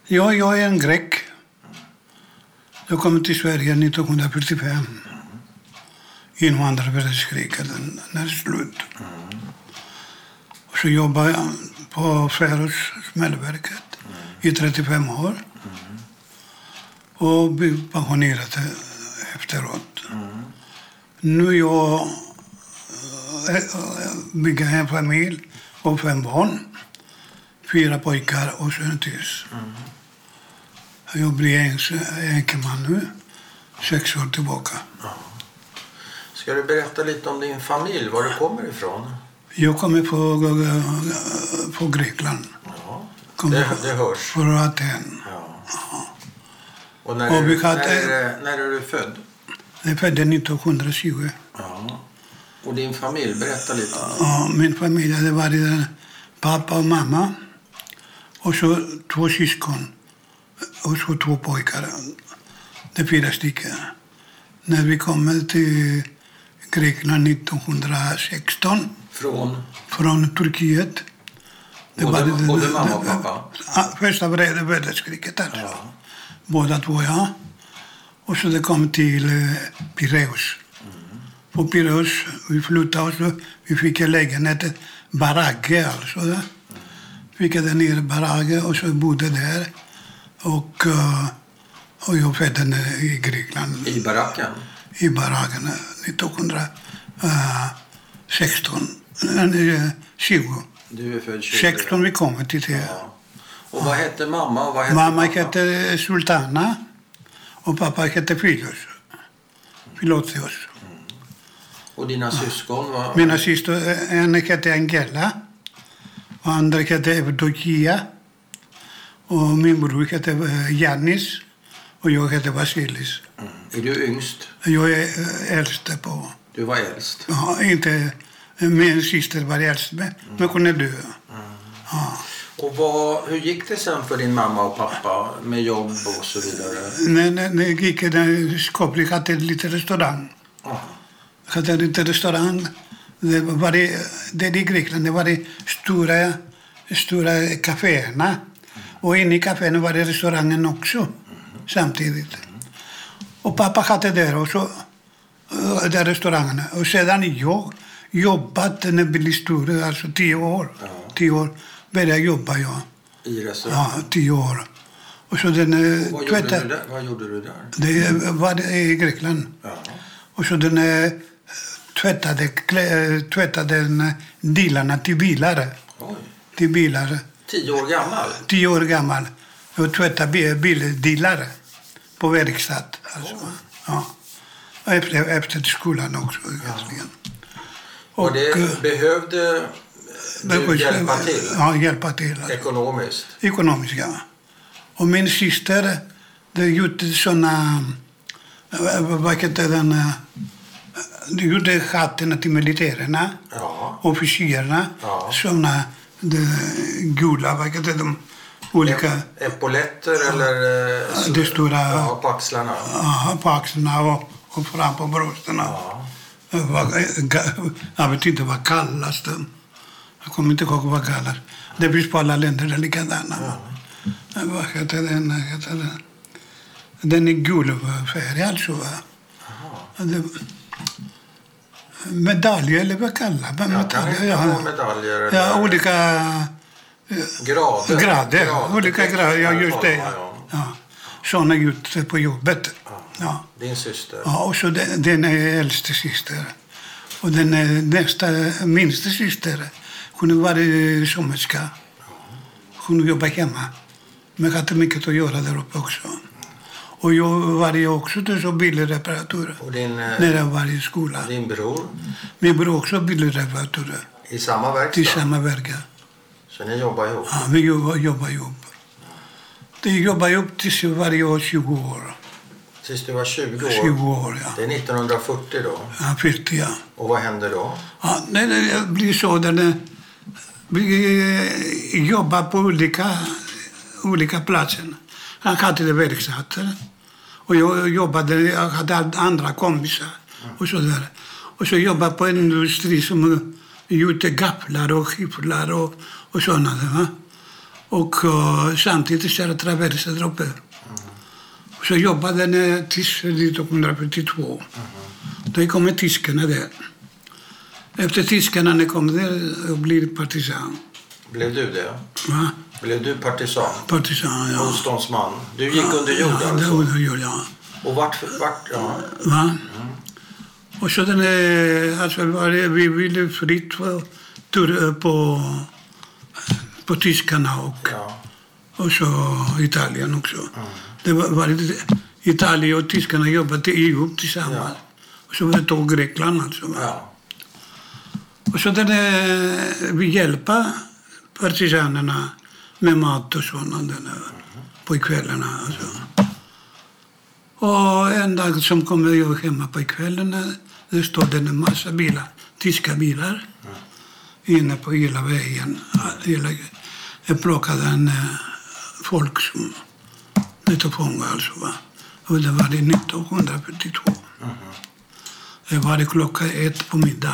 Ja, jag är en grek. Jag kom till Sverige 1945. Invandrarvärldskriget när det slut. Och så jobbade jag på Färös smältverket i 35 år. Och blev pensionerad efteråt. Nu jag bygger en familj och 5 barn. 4 pojkar och så en tis. Jag blir enkeman nu, 6 år tillbaka. Ska du berätta lite om din familj, var du kommer ifrån? Jag kommer på Grekland. Ja, det hörs. Från Aten. Ja. Och när är du född? Jag är född 1920. Ja. Och din familj, berätta lite om det. Ja, min familj hade varit pappa och mamma. Och så 2 syskon. Och så 2 pojkar. Det är 4 stycken. När vi kom till Grekland 1916. Från Turkiet. Både mamma och pappa? Första världskriget alltså. Ja. Båda 2, ja. Och så det kom till Pireus. På Pireus, vi flyttade oss. Vi fick en lägenhet, baragge alltså. Fick jag där nere i baragge och så bodde där. Och jag födde i Grekland. I baracken? I baracken 1916. 20. Du är född 20. 16 vi kommer till det. Ja. Och vad hette mamma och vad hette mamma pappa? hette Sultana och pappa hette Philotios. Och dina syskon var? Mina syster, en hette Angela och andra hette Evdokia. Och min bror hette Giannis och jag hette Vasilis. Är du yngst? Jag är äldst på. Du var äldst? Ja, inte min syster var äldst men kunde dö. Ja. Och hur gick det sen för din mamma och pappa med jobb och så vidare? När jag gick i Skopje hade jag lite restaurang. Jag hade lite restaurang. Det i Grekland det var de stora kaféerna. Och inne i kaféerna var det restaurangen också samtidigt. Och pappa hade där också där restaurangerna. Och sedan jag jobbat när jag blev stor, alltså 10 år. 10 år började jobba jag. I restaurang? Ja, 10 år. Och så den vad gjorde du där? Det var i Grekland. Ja. Och så den tvättade delarna till bilar. Oj. Till bilar. 10 år gammal? 10 år gammal. Jag tvättade bildelar på verkstad. Alltså. Ja. Och efter skolan också. Ja. Och det behövde du hjälpa till? Ja, hjälpa till. Ekonomiskt? Ekonomiskt, ja. Och min syster, det gjorde såna, vad heter den, det gjorde hattarna till militärerna, officerarna, såna gula, vad heter de, olika... Epauletter eller... det stora... Ja, på axlarna. Ja, på axlarna och fram på brösten. Jag vet inte vad kallas det. Jag kommer inte ihåg vad kallas. Det finns på alla länder det likadana. Vad heter den? Den är gul färg alltså. Medaljer eller vad kallar man? Medaljer. Ja, olika grader. Olika grader, ja just det. Ja. Sådana gjort på jobbet. Ja. Din syster? Ja, och så den är äldste syster. Och den är minsta syster. Hon var sommerska. Hon jobbade hemma. Men hade mycket att göra där uppe också. Och jag var också till så bilreparatör. När jag var i skolan. Din bror? Min bror också bilreparatör. I samma verkstad? I samma verkstad. Så ni jobbar ihop? Ja, vi jobbar ihop. Det jobbar ihop tills jag var 20 år. Tills du var 20 år? 20 år, ja. Det är 1940 då? Ja, 40, ja. Och vad hände då? Ja, det blir så där vi jobbar på olika platser. Han hade det verksamheter. Och jag hade andra kompisar och så där. Och så jobbade på en industri som gjorde gafflar och skifflar och sådana. Va? Och samtidigt så är det traverser där uppe. Så jobbade den tills 1942. Då kom tyskarna där. Efter tyskarna när kom det och blev partisan. Blev du det? Va? Blev du partisan? Partisan, ja. Motståndsman. Du gick under jord alltså? Ja, under jord, ja. Och vart ja. Va? Och så alltså vi ville fritt på tyskarna och så Italien också. Det var Italien och tyskarna jobbade ihop tillsammans. Och så var det då Grekland alltså. Och så vi hjälpa partisanerna med mat och sådana på kvällarna. Alltså. Och en dag som kommer jag hemma på kvällen, det står det en massa bilar, tyska bilar, inne på hela vägen. Jag plockade en folk som det tog fånga alltså. Va? Och det var det 1942. Det var det klockan 1 på middag.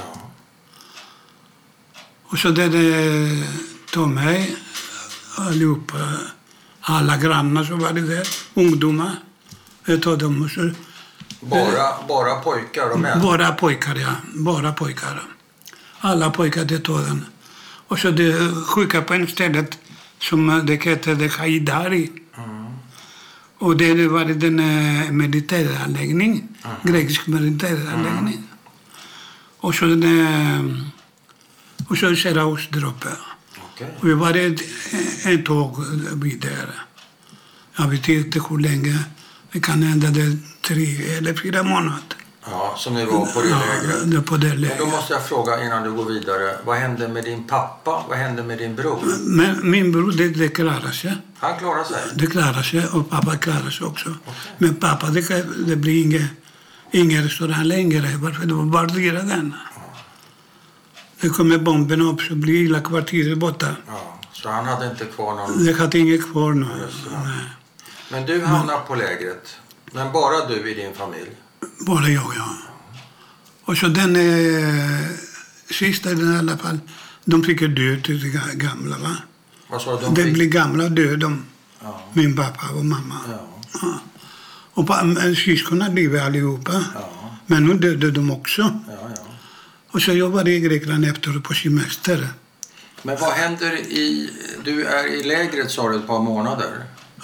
Och så det tog mig allihopa, alla grannar så var det där, ungdomar. Jag tog dem och så... Bara pojkar och män? Bara pojkar, ja. Bara pojkar. Alla pojkar det tog den. Och så det skickade på en stället som det hette Haidari. Och det var den militäranläggning, grekisk militäranläggning. Och så och så Seraus där uppe. Och vi var en tåg vidare. Jag vet inte hur länge. Det kan hända det 3 eller 4 månader. Ja, som ni var på det lägret. Ja, på det lägret. Då måste jag fråga innan du går vidare. Vad hände med din pappa? Vad hände med din bror? Men min bror, det klarade sig. Han klarade sig? Det klarade sig och pappa klarade sig också. Men pappa, det blir ingen restaurang längre. Varför det var bara den. Det kommer bomben upp så blir hela kvarteret borta. Ja, så han hade inte kvar någon... Det hade inget kvar någon. Men du hamnade på lägret. Men bara du i din familj? Bara jag, ja. Och så den sista i alla fall, de fick dö till de gamla, va? Vad sa du? De blev gamla och döda, min pappa och mamma. Ja. Och syskonen blev allihopa. Ja. Men nu dödade de också. Ja. Och så jobbade jag i Grekland efter på semester. Men vad händer du är i lägret, sa du, ett par månader?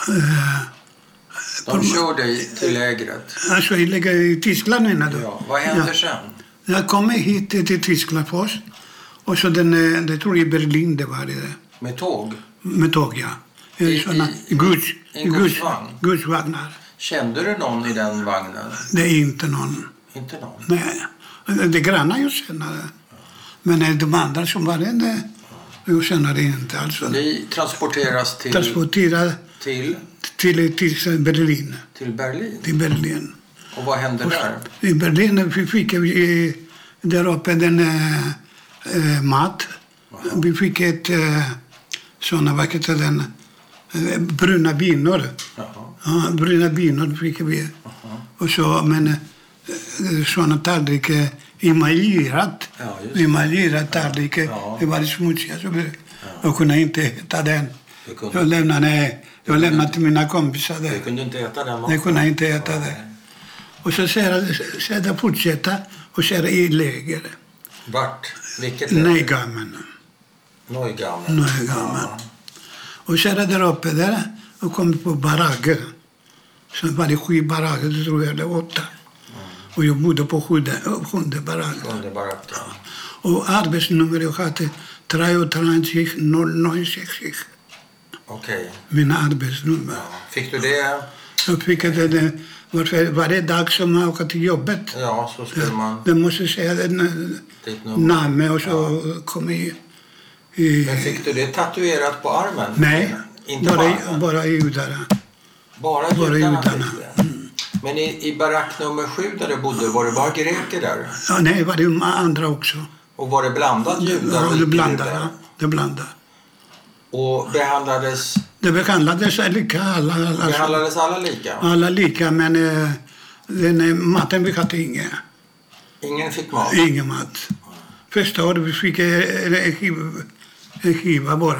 De kör dig till lägret. Alltså jag ligger i Tyskland menar du? Ja. Vad händer sen? Jag kommer hit till Tyskland först. Och så det tror jag i Berlin det var det. Med tåg? Med tåg, ja. Gudsvagnar. Kände du någon i den vagnen? Det är inte någon. Inte någon? Nej. Det grannar jag känner. Men de andra som var det, jag känner det inte alltså. Ni transporteras till Berlin. Till Berlin? Till Berlin. Och vad hände där? I Berlin fick vi där uppe mat. Vi fick ett sådana, vad heter den, bruna binor. Ja, bruna binor fick vi. Och så, men sådana tallrik emaljerat. Emaljerat tallrik. Det var smutsiga så jag kunde inte äta den. Jag lämnade till mina kompisar där. Du kunde inte äta den? Jag kunde inte äta det. Och så sedan fortsätta och sedan i läger. Vart? Vilket läger? Neugammen. Och sedan där uppe där och kom på baracker. Så var det 7 baracker, tror jag, eller 8. Och jag bodde på 7:e baracken. Och arbetsnummer jag hade 33060. Okej. Mina arbetsnummer. Ja. Fick du det? Jag fick det varje dag som man åker till jobbet. Ja, så skulle man... Det måste säga namn och så kommer i... Men fick du det tatuerat på armen? Nej, inte bara i judarna. Bara judarna? Men i barack nummer 7 där du bodde, var det bara greker där? Ja, nej, var det andra också. Och var det blandat judar? Ja, det blandade. Och behandlades... Det behandlades lika. Behandlades alla lika? Alla lika, men den maten vi hade ingen. Ingen fick mat? Ingen mat. Första året vi fick en skiva bara.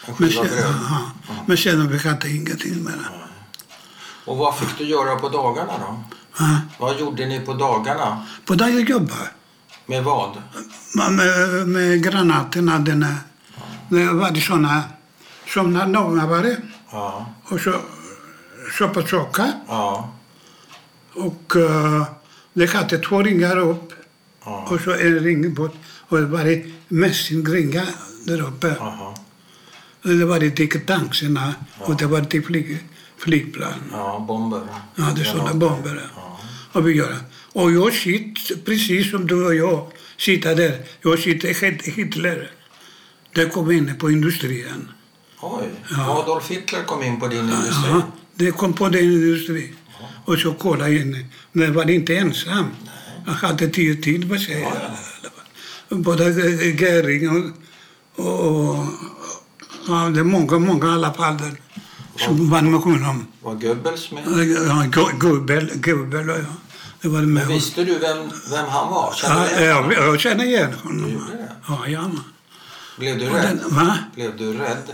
Men sen berättade jag ingenting mer. Och vad fick du göra på dagarna då? Vad gjorde ni på dagarna? På dagen jag jobbade. Med vad? Med granaterna. Det var det såna som när någon var det. Ja. Och så soppa socker. Ja. Och det hade 2 ringar upp. Ja. Och så en ring bort. Och det var mässingringar där uppe. Aha. Det var det till tankarna. Och det var till flygplan. Ja, bomber. Ja, det är sådana bomber. Ja. Och vi gör det. Och jag sitter, precis som du och jag, sitter där. Jag sitter Hitler. Det kom in på industrin. Oj, Adolf Hitler kom in på din industri? Ja, det kom på din industri. Ja. Och så kollade in. Men var inte ensam. Jag hade 10 tid, vad säger jag. Både Gering och ja, det är många i alla fall där. Som var med honom. Var Goebbels med? Ja, Goebbels, ja. Det var det med. Men visste du vem han var? Jag känner igen honom. Du gjorde det? Ja, ja. Blev du rädd? Va? Blev du rädd?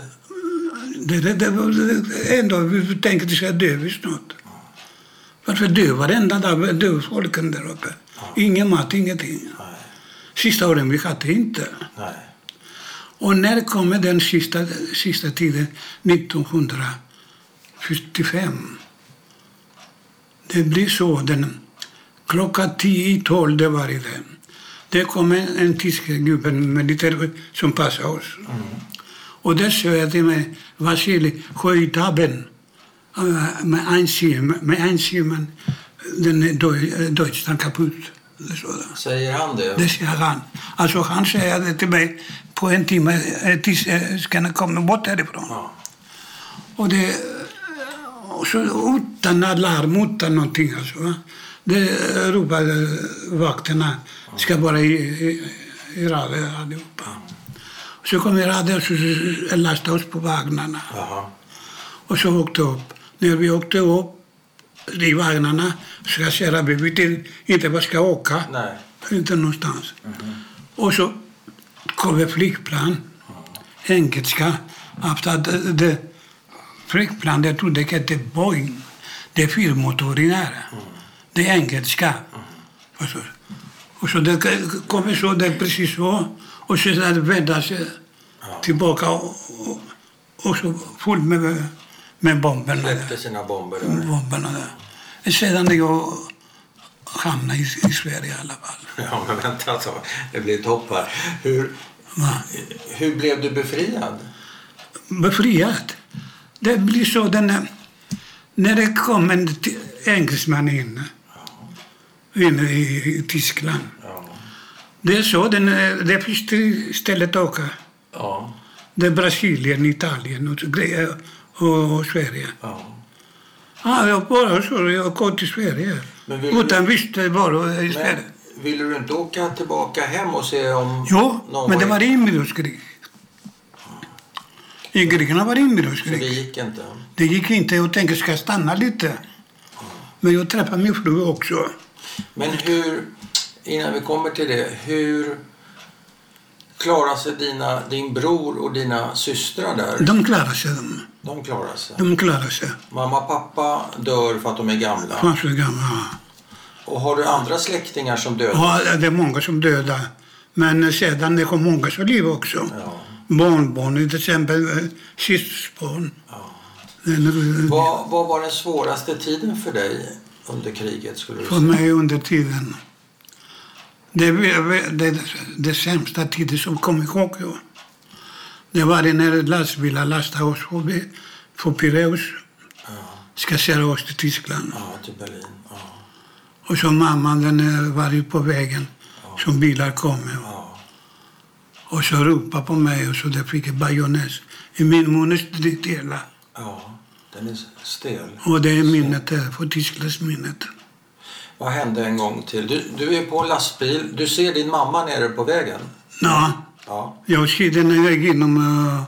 Ändå, vi tänkte att det ska dö snart. Varför dö varenda dag? Dö folken där uppe. Ingen mat, ingenting. Nej. Sista åren vi hade inte. Nej. Och när kommer den sista tiden, 1945. Det blir så, klockan 10-12 det var det. Det kom en tysk gubbe, militär, som passade oss. Och där sa jag till mig, Vasilij, höjdtabben med enzymen, den är Deutschland kaputt. Säger han det? Det säger han. Alltså han säger det till mig på en timme, ska ni komma bort härifrån. Ja. Och så utan alarm, utan någonting alltså. Det ropade vakterna, ska vara i radio allihopa. Så kom vi radio och så lastade oss på vagnarna. Aha. Och så åkte upp. När vi åkte upp i vagnarna ska köra, vi vet inte var ska åka. Nej. Inte någonstans. Och så kom ett flygplan, engelska, efter det flygplan, det trodde jag hette Boeing. Det är 4-motoringar. Det är engelska. Och så det kommer så, det är precis så. Och så där vända sig tillbaka och så fullt med bomberna. Släppte sina bomber där. Bomberna där. Sedan jag hamnade i Sverige i alla fall. Ja, men vänta alltså. Det blir ett hopp här. Hur blev du befriad? Befriad? Det blir så när det kom en engelsman in i Tyskland. Ja. Det är så, det finns 3 ställen att åka. Ja. Det är Brasilien, Italien och Sverige. Ja. Ja, jag bara så, jag går till Sverige. Utan visste bara i Sverige. Ville du inte åka tillbaka hem och se om... Jo, men det var inbördeskrig. I Grekland var det inbördeskrig. Så det gick inte? Det gick inte. Jag tänkte ska stanna lite. Men jag träffade min fru också. Men innan vi kommer till det, hur klarar sig din bror och dina systrar där? De klarar sig. De klarar sig. Mamma och pappa dör för att de är gamla? För att de är gamla, ja. Och har du andra släktingar som dödar? Ja, det är många som dödar. Men sedan det kom många som liv också. Ja. Barnbarn, till exempel systerbarn. Ja. Vad var den svåraste tiden för dig under kriget, skulle du säga? För mig under tiden. Det sämsta tiden som kom ihåg jag. Det var det när lastbilar lastade oss på Pireus. Ja. Ska köra oss till Tyskland. Ja, till Berlin. Ja. Och så mamman den var ju på vägen som bilar kom. Ja. Och så ropade på mig och så där fick jag bajonäs i min mun stela. Ja, den är stel. Och det är minnet där, för Tysklands minnet. Vad hände en gång till? Du är på lastbil. Du ser din mamma nere på vägen? Ja. Jag ser den när jag gick inom...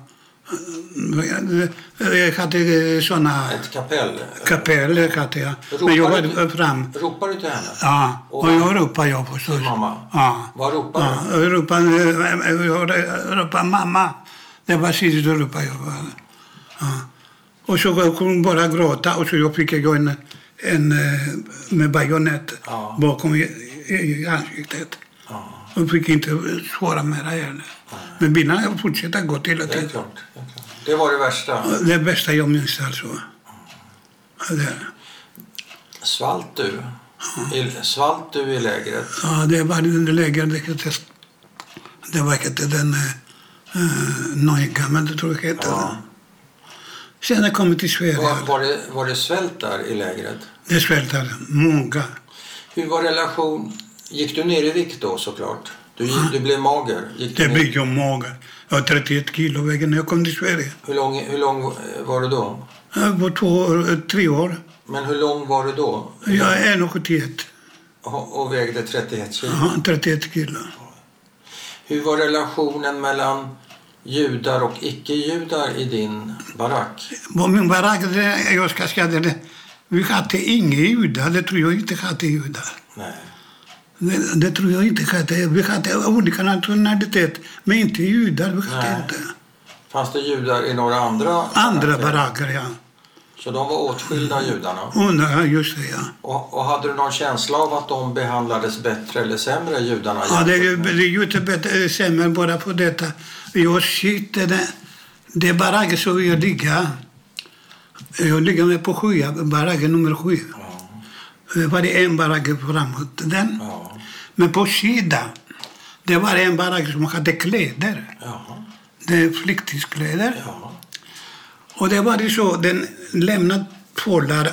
jag hade såna... Ett kapell? Kapell hade jag. Men jag var fram. Ropar du till henne? Ja, och jag ropade jag förstås. Till mamma? Ja. Vad ropar du? Jag ropade mamma. Det var precis där uppe jag var. Ja. Och så kunde hon bara gråta och så fick jag en med bajonett bakom i ansiktet. Ja. Och fick inte svara mera heller. Men bilarna fortsatte gå till hela tiden. Det är klart. Det var det värsta? Det bästa jag minns alltså. Svalt du? Svalt du i lägret? Ja, det var det lägret. Det var inte den Noiga, men det tror jag hette. Ja. Sen jag kom till Sverige. Var det svält där i lägret? Det svältade många. Hur var relation? Gick du ner i vikt då såklart? Du blev mager? Det blev jag mager. Jag var 31 kilo vägen när jag kom till Sverige. Hur lång var du då? Jag var 3 år. Men hur lång var du då? Jag är 1,71. Och vägde 31 kilo? Ja, 31 kilo. Hur var relationen mellan judar och icke-judar i din barack? På min barack, jag ska säga det, vi hade inga judar, det tror jag inte hade judar. Nej. Det tror jag inte hade. Vi hade olika nationalitet, men inte judar. Vi hade inte. Fanns det judar i några andra? Andra baracker, ja. Så de var åtskilda judarna? Ja, just det, ja. Och hade du någon känsla av att de behandlades bättre eller sämre, judarna? Ja, det är ju inte bättre, sämre bara på detta. Jag sitter, det är baracken så jag ligger. Jag ligger med på 7, baracken nummer 7. Ja. Det var det en barack framåt den. Ja. Men på sidan, det var en barack som hade kläder. Ja. Det är flyktingskläder. Ja. Och det var det så, den lämnade tvålar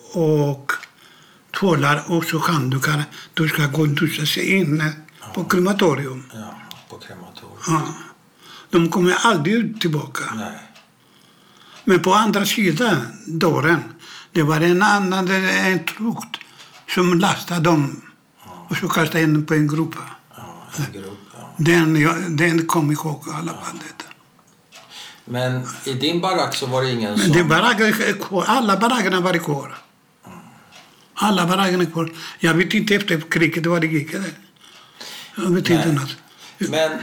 och så handdukar. Du ska gå och duscha sig inne på krematorium. Ja, på krematorium. Ja. De kommer aldrig ut tillbaka. Nej. Men på andra sidan dörren, det var en truck som lastade dem och så kastade in på en grupp. Ja, en grupp, ja. Den kom ihåg i alla fall detta. Men i din barack så var det ingen som... Men alla barackerna var kvar. Alla barackerna kvar. Jag vet inte efter kriget vad det gick. Jag vet inte något. Men,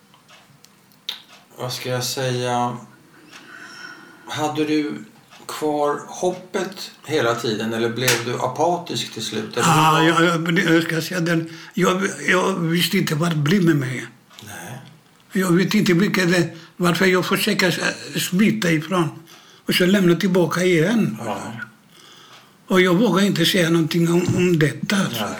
vad ska jag säga... Hade du kvar hoppet hela tiden eller blev du apatisk till slut? Ja, jag ska säga jag visste inte vad det blev med mig. Nej. Jag vet inte varför jag försöker smita ifrån och så lämna tillbaka igen. Ja. Och jag vågar inte säga någonting om detta. Alltså.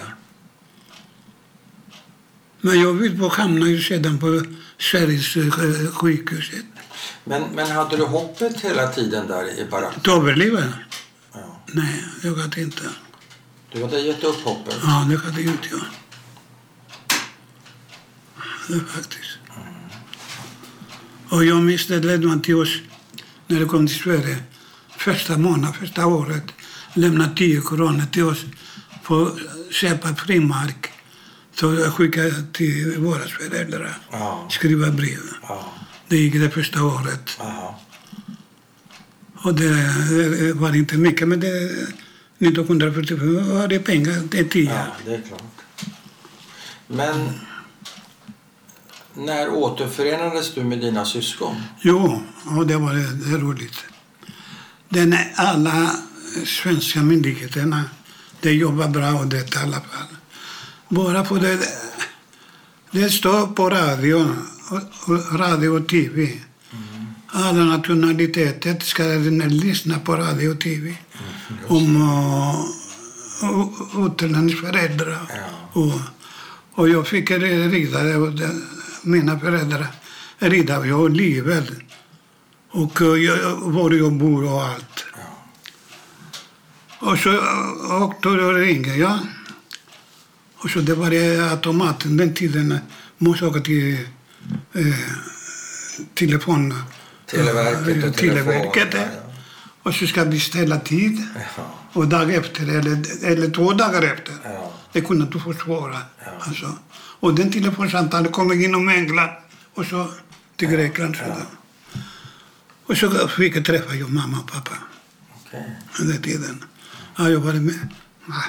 Men jag vill hamna ju sedan på Sveriges sjukhuset. Men hade du hoppet hela tiden där i baracken? Att överleva? Ja. Nej, jag hade inte. Du hade gett upp hoppet? Ja, det hade jag gjort, ja. Det faktiskt. Och jag minns det ledde man till oss när det kom till Sverige. Första året lämnade 10 kronor till oss för att köpa frimark. Så jag skickade till våra föräldrar. Skriva brev. Det gick det första året. Och det var inte mycket, men 1945 var det pengar, det är 10. Ja, det är klart. Men när återförenades du med dina syskon? Jo, och det var det roligt. Alla svenska myndigheterna, det jobbar bra och det i alla fall. Bara på det står på radio och tv. Alla nationaliteter ska lyssna på radio och tv. Om utländska föräldrar. Ja. Och jag fick rida, mina föräldrar rida jag livet. Och var jag bor och allt. Ja. Och så åkte och ringde jag. Och så det var det automaten den tiden. Måste åka till Televerket. Ja. Och så ska beställa tid. Ja. Och dag efter eller 2 dagar efter. Ja. Det kunde du få svara. Ja. Alltså. Och den telefonsamtalet kom inom England och så till Grekland. Ja. Och så fick jag träffa mamma och pappa. Under tiden. Ja, jag var med. Nej.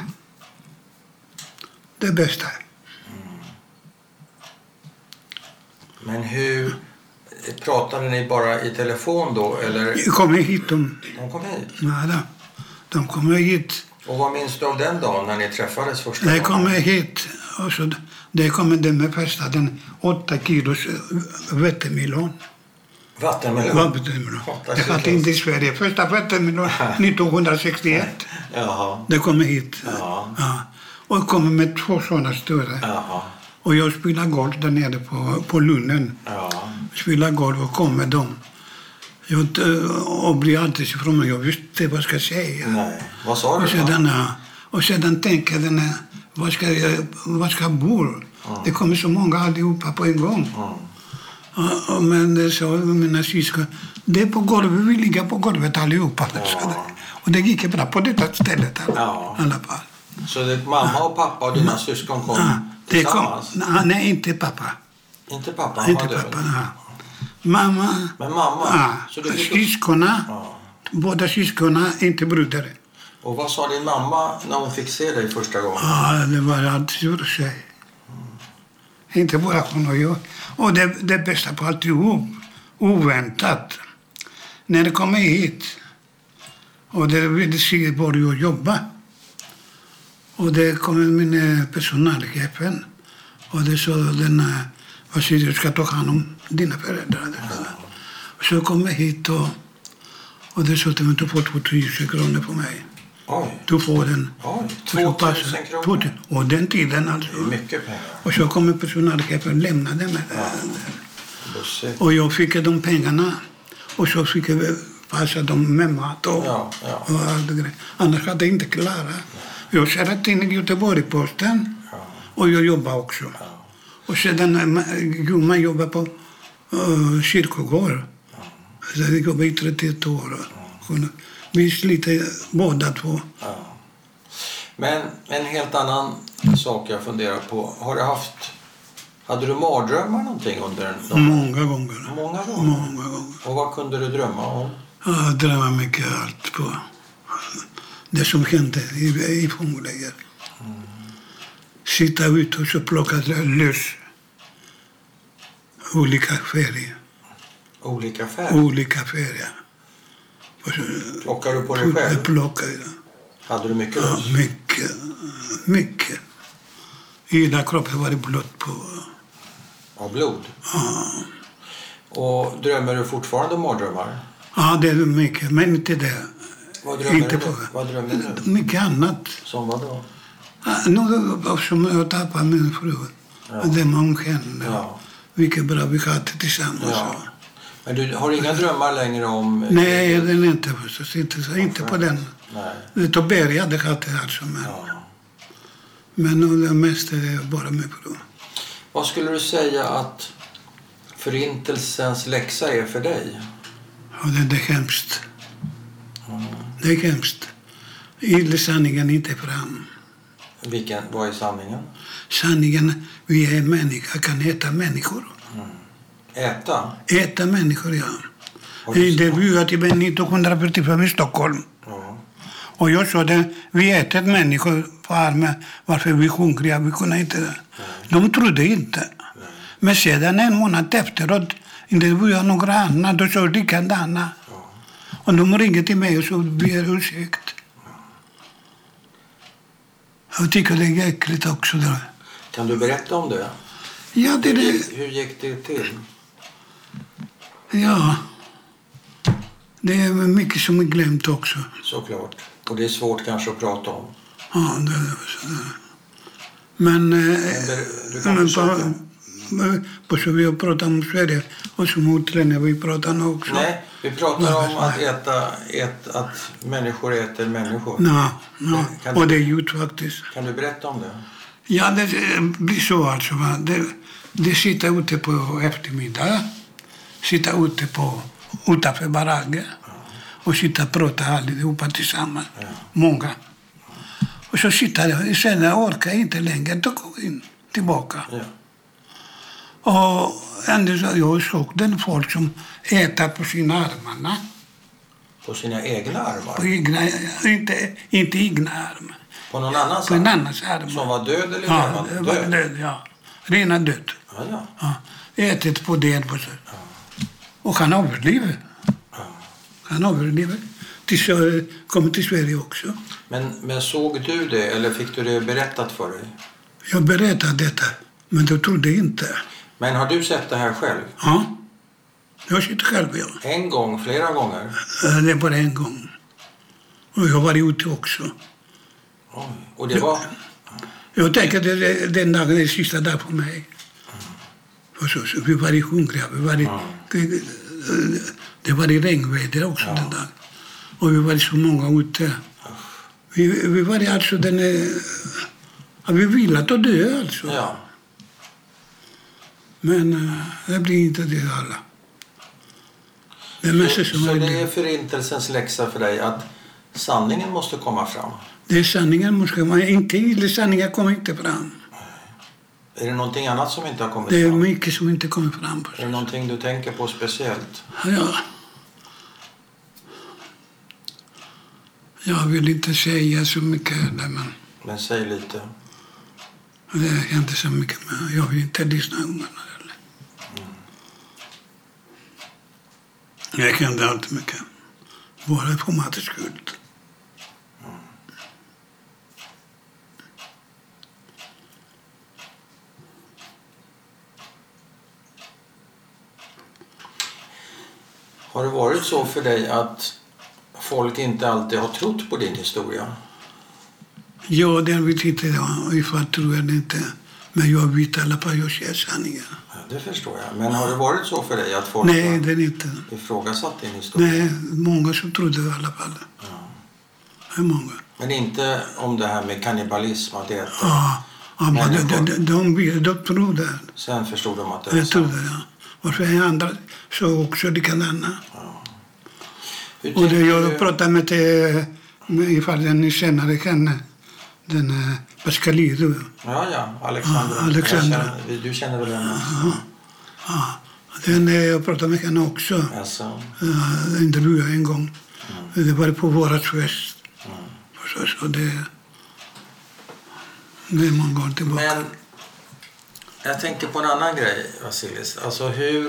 Det bästa. Men hur... Pratade ni bara i telefon då? Eller? De kom hit. De kom hit? Ja, de kom hit. Och vad minns du av den dagen när ni träffades första gången? De kom hit och så det kom de med första den 8 kilos vattenmelon. Vattenmelon. Det hade inte i Sverige. Första vattenmelon 1961. Jaha. Det kom hit. Jaha. Ja. Och kom med 2 sådana större. Jaha. Och jag spelade golf där nere på Lunden. Ja. Spelade golf och kom med dem. Och blev alltid ifrån mig. Jag visste inte vad jag ska säga. Nej. Vad sa du och sedan tänkte jag, var ska jag bo? Det kommer så många allihopa på en gång. Men det sa mina syskon, det är på golvet, vi ligger på golvet allihopa. Och det gick bra på detta stället i alla fall. Så mamma och pappa och dina syskon kom tillsammans? Nej, inte pappa. Inte pappa? Inte pappa, nej. Mamma. Men mamma? Ja, så du syskonen, båda syskonen, inte bröder. Och vad sa din mamma när hon fick se dig första gången? Ja, det var alltid för sig. Inte bara hon och jag. Och det bästa på alltihop, oväntat. När det kommer hit och det vill se var jag jobbar. Och det kommer min personalchefen. Och det sa vad säger du ska ta hand om dina föräldrar. Och så kom jag hit och det sa att du får 2000 kronor på mig. Oj. Du får den. Oj, 2000 kronor? Och den tiden alltså. Det är mycket pengar. Och så kommer personalchefen och lämnade mig. Och jag fick de pengarna. Och så fick jag passa dem med mat och allt det grejer. Annars hade jag inte klarat. Jag körde till Göteborg-Posten. Och jag jobbade också. Och sedan man jobbar på kyrkogård. Så jag jobbade i 31 år. Vi sliter båda två. Men en helt annan sak jag funderar på. Hade du mardrömmar någonting under Många gånger. Många gånger? Och vad kunde du drömma om? Jag drömde mycket allt på det som hände i fångläger. Sitta ute och så plocka lös olika färger. Olika färger? Olika färger. Plockar du på dig själv? Jag plockade. Hade du mycket lös? Ja, mycket. Hela kroppen var det blod på. Av blod? Ja. Och drömmer du fortfarande mardrömmar? Ja, det är mycket, men inte det. Vad drömmer du? Mycket annat. Som vad då? Som jag tappade min fru. Det man känner. Ja. Vilket bra vi hade tillsammans. Ja. Men du har inga drömmar längre om... Nej, den är inte förstås. Inte på den. Nej. Det började hade alltså. Men det mesta är bara med fru. Vad skulle du säga att förintelsens läxa är för dig? Ja, det är hemskt. Det är hemskt. Sanningen inte fram. Vad är sanningen? Sanningen, vi är människor, kan äta människor. Äta? Äta människor, ja. Det var till 1945 i Stockholm. Och jag sa det, vi äter människor på armen, varför vi är hungriga, vi kunde inte det. De trodde inte. Men sedan en månad efteråt, det var några andra, då sa likadana. Och de ringde till mig och så ber ursäkt. Jag tycker det är äckligt också. Där. Kan du berätta om det? Ja, Hur gick det till? Ja, det är mycket som är glömt också. Såklart. Och det är svårt kanske att prata om. Ja, det är så. Men så vi har pratat om Sverige och som utlänningar vi pratar nu också. Nej, vi pratar om att människor äter människor. Ja, och det är gjort faktiskt. Kan du berätta om det? Ja, det blir så alltså. Det sitter ute på eftermiddag. Sitter ute utanför baracken. Och sitter och pratar allihopa tillsammans. Ja. Många. Och så sitter jag. Sen orkar jag inte längre. Då går jag in tillbaka. Ja. Och ändå så jag såg den folk som äter på sina armarna. På sina egna armar? På egna, inte egna armar. På någon annans arm? På en annans armar. Som var död eller levande? Ja, död, ja. Rena död. Ja. Ätit på det. Ja. Och han överlever. Han överlever. Kommer till Sverige också. Men såg du det eller fick du det berättat för dig? Jag berättade detta, men de trodde inte. Men har du sett det här själv? Ja, jag har sett själv, ja. En gång, flera gånger? Det är bara en gång. Och jag var ute också. Oj. Och det var... Jag tänker att den dagen är sista dag för mig. Så, vi var hungriga. Det var i regnväder också den dagen. Och vi var så många ute. Vi var alltså vi ville att dö alltså. Ja. Men det blir inte det alla. Så det är förintelsens läxa för dig att sanningen måste komma fram? Det är sanningen måste komma. Inte sanningen kommer inte fram. Är det någonting annat som inte har kommit fram? Det är fram? mycket som inte kommer fram. Är det någonting du tänker på speciellt? Ja. Jag vill inte säga så mycket. Men säg lite. Det är inte så mycket. Men jag vill inte lyssna ungarna. Jag kan inte allt mycket. Bara för matens skull. Har det varit så för dig att folk inte alltid har trott på din historia? Ja, det vet inte jag. Ifall tror jag det inte. Men jag vet i alla fall jag ser sanningen. Ja, det förstår jag. Men har det varit så för dig att folk Nej, det är inte. Ifrågasatt din historia? Nej, många som trodde i alla fall. Ja. Det är många. Men inte om det här med kannibalism, att äta? Ja, men de trodde. Sen förstod de att det var sant? Jag trodde, ja. Och så är andra så också likadana. Ja. Och det jag pratade med ifall den senare kan den Pascalido. Ja, Alexandra. Du känner väl henne? Ja. Den jag pratade med henne också. Alltså. Intervjuade en gång. Det var på vårat fest. Så det är många år tillbaka. Men jag tänker på en annan grej, Vasilis. Alltså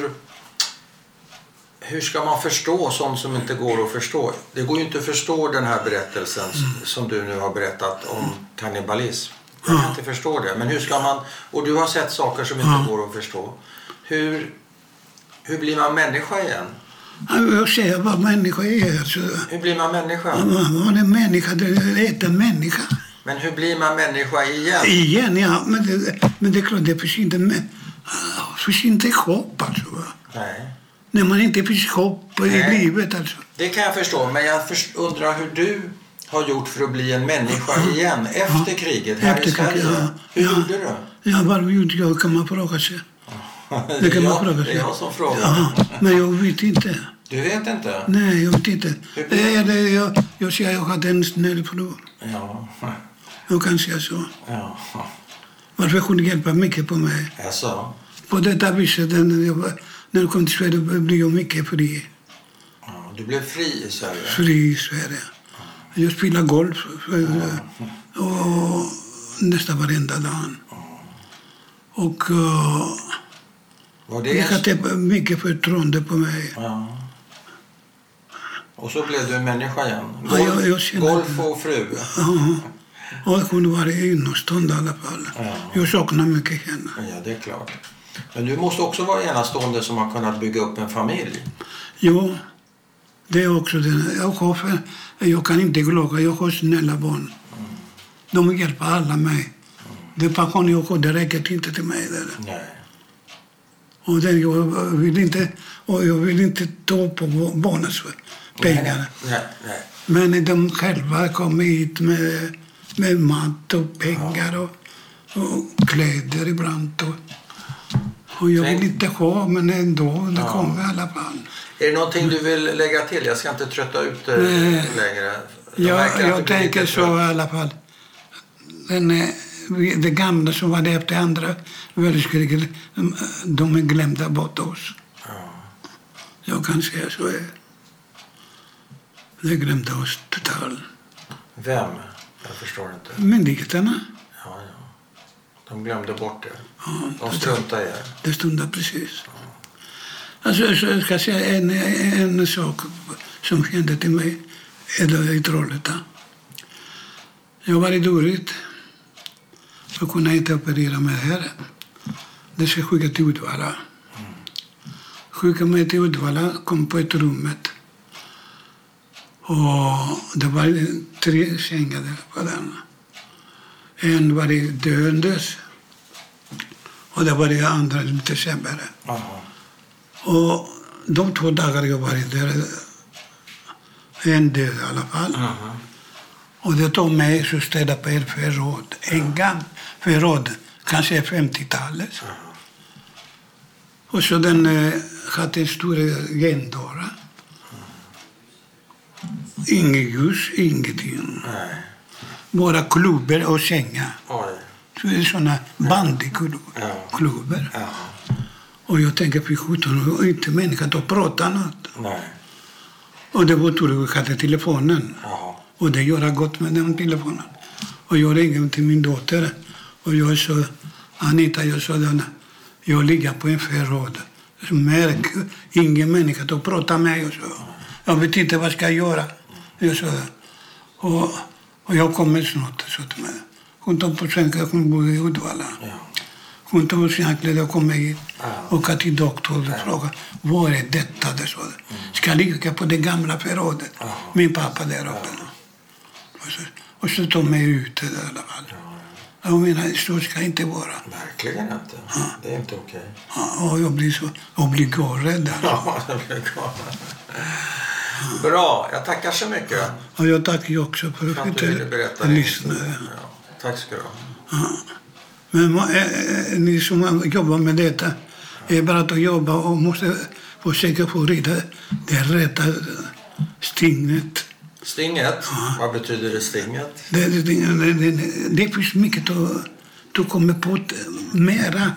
hur ska man förstå sånt som inte går att förstå? Det går ju inte att förstå den här berättelsen som du nu har berättat om kannibalism. Jag kan inte förstå det. Men hur ska man... Och du har sett saker som inte går att förstå. Hur blir man människa igen? Jag säger vad människa är. Alltså. Hur blir man människa? Vad är människa? Det är en människa. Men hur blir man människa igen? Igen, ja. Men det är klart, det finns inte hopp alltså. Nej. När man inte finns hopp i livet alltså. Det kan jag förstå, men jag undrar hur du har gjort för att bli en människa igen efter kriget här i Sverige. Hur gjorde du? Ja, vad gjorde jag kan man fråga sig. Det kan man fråga sig. Det är jag som frågar. Ja, men jag vet inte. Du vet inte? Nej, jag vet inte. Jag säger att jag hade en snäll bror. Ja. Jag kan säga så. Ja. Varför kunde hjälpa mycket på mig. Alltså. På detta viset, när jag kom till Sverige blev jag mycket fri. Ja, du blev fri i Sverige? Fri i Sverige. Jag spelade golf och nästan varenda dag. Och jag hade mycket förtroende på mig. Ja. Och så blev du en människa igen? Golf och fru? Ja. Och jag kunde vara enastående i alla fall. Ja. Jag saknar mycket henne. Ja, det är klart. Men du måste också vara enastående som har kunnat bygga upp en familj. Jo, det är också det. Jag kan inte klaga. Jag har snälla barn. De hjälper alla mig. Det pension jag har, det räcker inte till mig. Nej. Och jag vill inte ta på barnens pengar. Nej. Men de själva kommer hit med mat och pengar och kläder ibland. Och jag vill inte ha, men ändå, det kommer i alla fall. Är det någonting du vill lägga till? Jag ska inte trötta ut dig längre. Jag tänker så i alla fall. Det gamla som var det efter andra världskriget, de är glömda bort oss. Ja. Jag kan säga så. De glömde oss totalt. Vem? Jag förstår inte. Myndigheterna. Ja. De glömde bort det. Ja, de struntade i er. Det struntade precis. Ja. Alltså, så jag ska säga en sak som hände till mig i Trollhättan. Jag var i Dorit. Jag kunde inte operera mig här. Det ska skicka till Uddevalla. Skicka mig till Uddevalla, kom på ett rummet. Och det var 3 sängar där på den. En var döendes. Och det var det andra lite sämre. Och de 2 dagar jag var där, en död i alla fall. Och det tog mig så städa på ett förråd. En gammal förråd, kanske 50-talet. Och så den hade en stor gendörr. Inget ljus, ingenting. Bara klubbor och sängar. Så det är sådana bandyklubbor. Och jag tänker på 17 inte människa att prata något. Nej. Och det var tur att jag hade telefonen. Och det gör gott med den telefonen. Och jag ringer till min dotter. Och jag sa, Anita, jag sa den. Jag ligger på en förråd. Så märker ingen människa att prata med mig. Jag vet inte vad ska jag göra. Jag sa, och jag kommer snart. Så till mig. Hon tar på sänka, hon bor i Uddevalla. Hon tar på sänka och kommer hit. Och går till doktorn och frågar, vad är detta? Det så. Ska jag ligga på det gamla förrådet? Min pappa där uppe. Och så tar mig ut i alla fall. Jag menar, så ska inte vara. Verkligen inte. Det är inte okej. Och jag blir galen. Ja, jag blir galen. Bra, jag tackar så mycket. Och jag tackar också för att du ville berätta. Tack ska du ha. Men ni som jobbar med detta är bara att jobba och måste försöka få reda det rätta stinget. Stinget? Vad betyder det stinget? Det finns mycket att komma på mera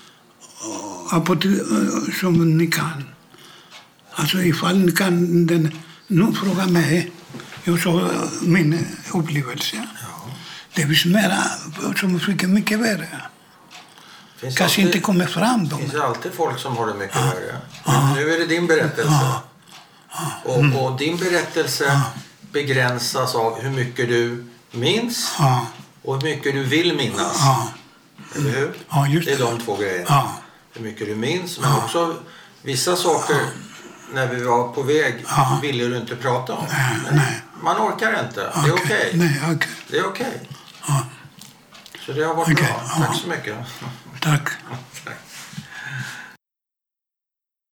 som ni kan. Alltså ifall ni kan nu fråga mig, jag sa min upplevelse. Det finns mera som fick mycket värre. Kanske alltid, inte kommer fram. Det finns alltid folk som har det mycket värre. Nu är det din berättelse. Och din berättelse begränsas av hur mycket du minns och hur mycket du vill minnas. Eller hur? Det är de 2 grejerna. Hur mycket du minns, men också vissa saker när vi var på väg ville du inte prata om. Nej. Man orkar inte. Det är okej. Det är okej. Så det har varit bra. Tack så mycket. Tack.